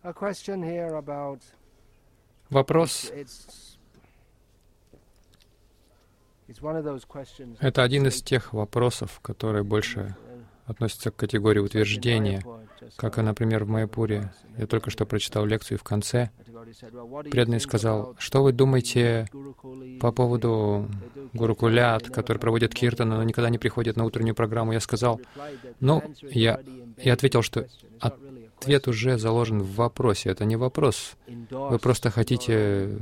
Вопрос — это один из тех вопросов, которые больше относятся к категории утверждения. Как, например, в Майяпуре. Я только что прочитал лекцию, и в конце преданный сказал: «Что вы думаете по поводу гурукулят, которые проводят киртаны, но никогда не приходят на утреннюю программу?» Я сказал, я ответил, что ответ уже заложен в вопросе. Это не вопрос. Вы просто хотите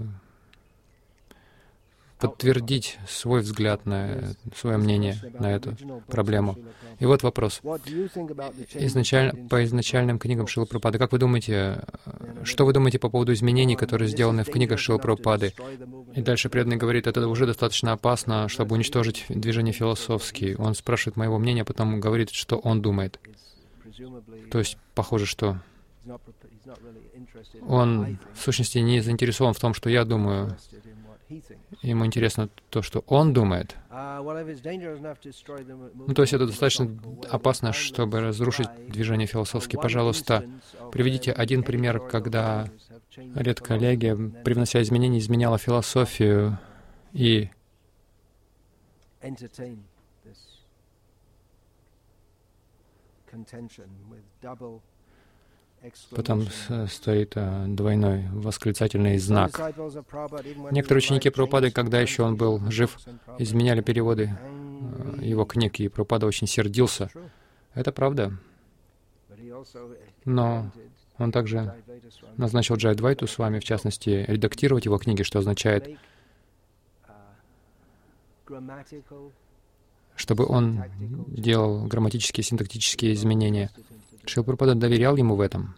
подтвердить свой взгляд на свое мнение на эту проблему. И вот вопрос. По изначальным книгам Шрилы Прабхупады, как вы думаете, что вы думаете по поводу изменений, которые сделаны в книгах Шрилы Прабхупады? И дальше преданный говорит, это уже достаточно опасно, чтобы уничтожить движение философские. Он спрашивает моего мнения, потом говорит, что он думает. То есть, похоже, что он в сущности не заинтересован в том, что я думаю. Ему интересно то, что он думает. То есть это достаточно опасно, чтобы разрушить движение философские. Пожалуйста, приведите один пример, когда редколлегия, привнося изменения, изменяла философию и потом стоит двойной восклицательный знак. Некоторые ученики Прабхупады, когда еще он был жив, изменяли переводы его книг, и Прабхупада очень сердился. Это правда. Но он также назначил Джайадвайту с вами, в частности, редактировать его книги, что означает, чтобы он делал грамматические, синтактические изменения. Шрила Прабхупада доверял ему в этом.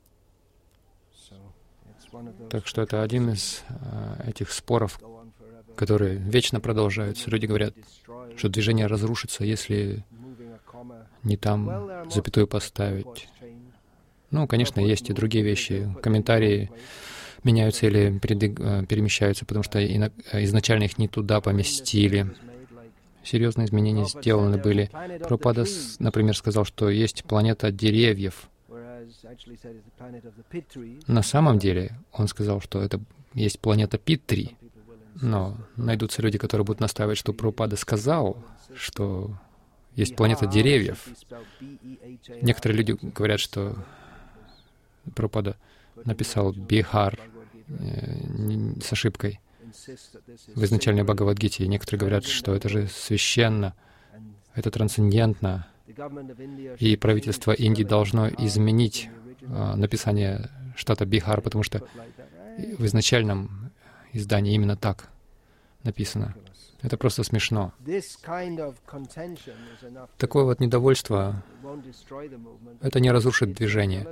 Так что это один из этих споров, которые вечно продолжаются. Люди говорят, что движение разрушится, если не там запятую поставить. Конечно, есть и другие вещи. Комментарии меняются или перемещаются, потому что изначально их не туда поместили. Серьезные изменения сделаны были. Прабхупада, например, сказал, что есть планета деревьев. На самом деле, он сказал, что это есть планета Питри. Но найдутся люди, которые будут настаивать, что Прабхупада сказал, что есть планета деревьев. Некоторые люди говорят, что Прабхупада написал Бихар с ошибкой в изначальной Бхагавад-гите. Некоторые говорят, что это же священно, это трансцендентно, и правительство Индии должно изменить написание штата Бихар, потому что в изначальном издании именно так написано. Это просто смешно. Такое вот недовольство, это не разрушит движение.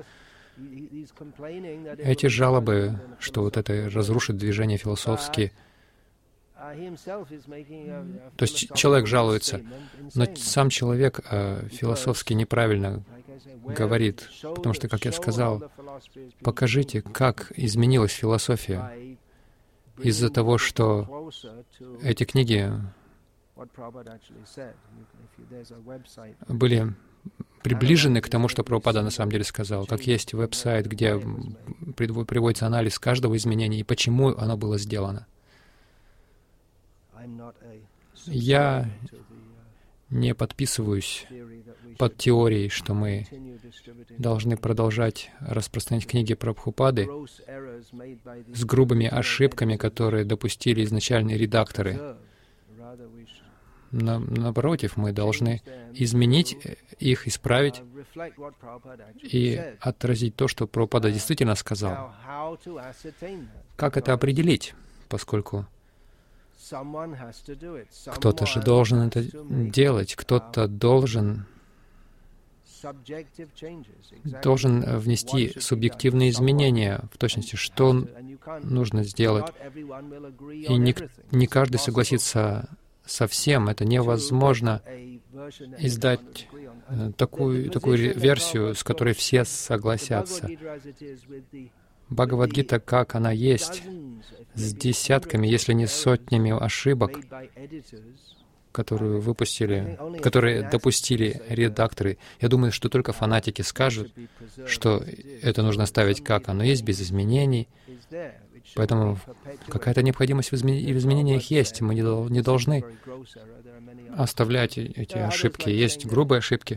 Эти жалобы, что вот это разрушит движение философски, то есть человек жалуется, но сам человек философски неправильно говорит, потому что, как я сказал, покажите, как изменилась философия из-за того, что эти книги были приближены к тому, что Прабхупада на самом деле сказал. Как есть веб-сайт, где приводится анализ каждого изменения и почему оно было сделано. Я не подписываюсь под теорией, что мы должны продолжать распространять книги Прабхупады с грубыми ошибками, которые допустили изначальные редакторы. Напротив, мы должны изменить их, исправить и отразить то, что Прабхупада действительно сказал. Как это определить? Поскольку кто-то же должен это делать, кто-то должен внести субъективные изменения в точности, что нужно сделать. И не каждый согласится со всем. Это невозможно издать такую версию, с которой все согласятся. Бхагавад-гита, как она есть, с десятками, если не сотнями ошибок, которую выпустили, которые допустили редакторы. Я думаю, что только фанатики скажут, что это нужно оставить как оно есть, без изменений. Поэтому какая-то необходимость в изменениях есть. Мы не должны оставлять эти ошибки. Есть грубые ошибки.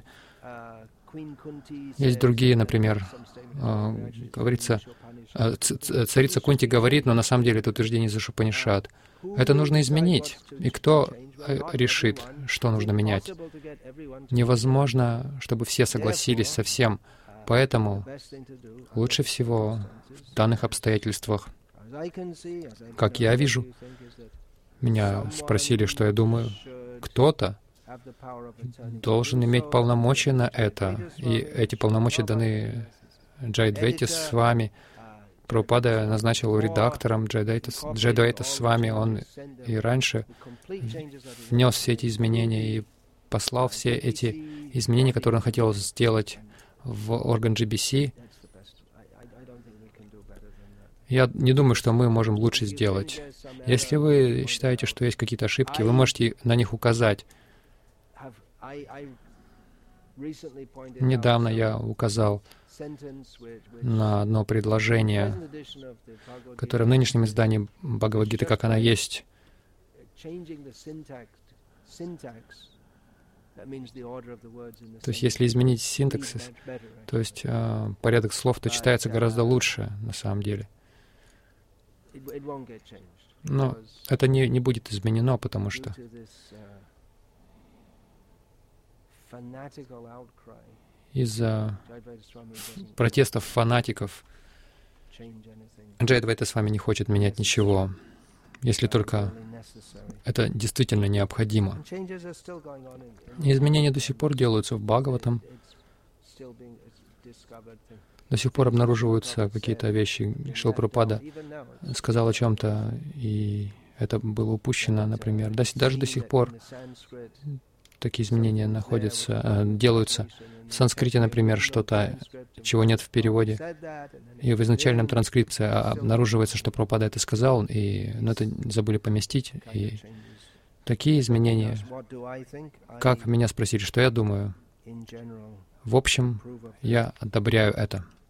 Есть другие, например, говорится, царица Кунти говорит, но на самом деле это утверждение из Упанишад. Это нужно изменить. И кто решит, что нужно менять? Невозможно, чтобы все согласились со всем. Поэтому лучше всего в данных обстоятельствах, как я вижу, меня спросили, что я думаю, кто-то должен иметь полномочия на это, и эти полномочия даны Джайадвайте с вами. Прабхупада назначил редактором Джайадвайта с вами, он и раньше внес все эти изменения и послал все эти изменения, которые он хотел сделать в орган GBC. Я не думаю, что мы можем лучше сделать. Если вы считаете, что есть какие-то ошибки, вы можете на них указать. Недавно я указал на одно предложение, которое в нынешнем издании Бхагавад-гиты, как она есть. То есть, если изменить синтаксис, то есть порядок слов, то читается гораздо лучше на самом деле. Но это не будет изменено, потому что из-за протестов фанатиков Джайадвайта с вами не хочет менять ничего, если только это действительно необходимо. Изменения до сих пор делаются в Бхагаватам. До сих пор обнаруживаются какие-то вещи. Шрила Прабхупада сказал о чем-то, и это было упущено, например. Даже до сих пор такие изменения делаются. В санскрите, например, что-то, чего нет в переводе. И в изначальном транскрипции обнаруживается, что Прабхупада это сказал, но это забыли поместить. И такие изменения, как меня спросили, что я думаю, в общем, я одобряю это.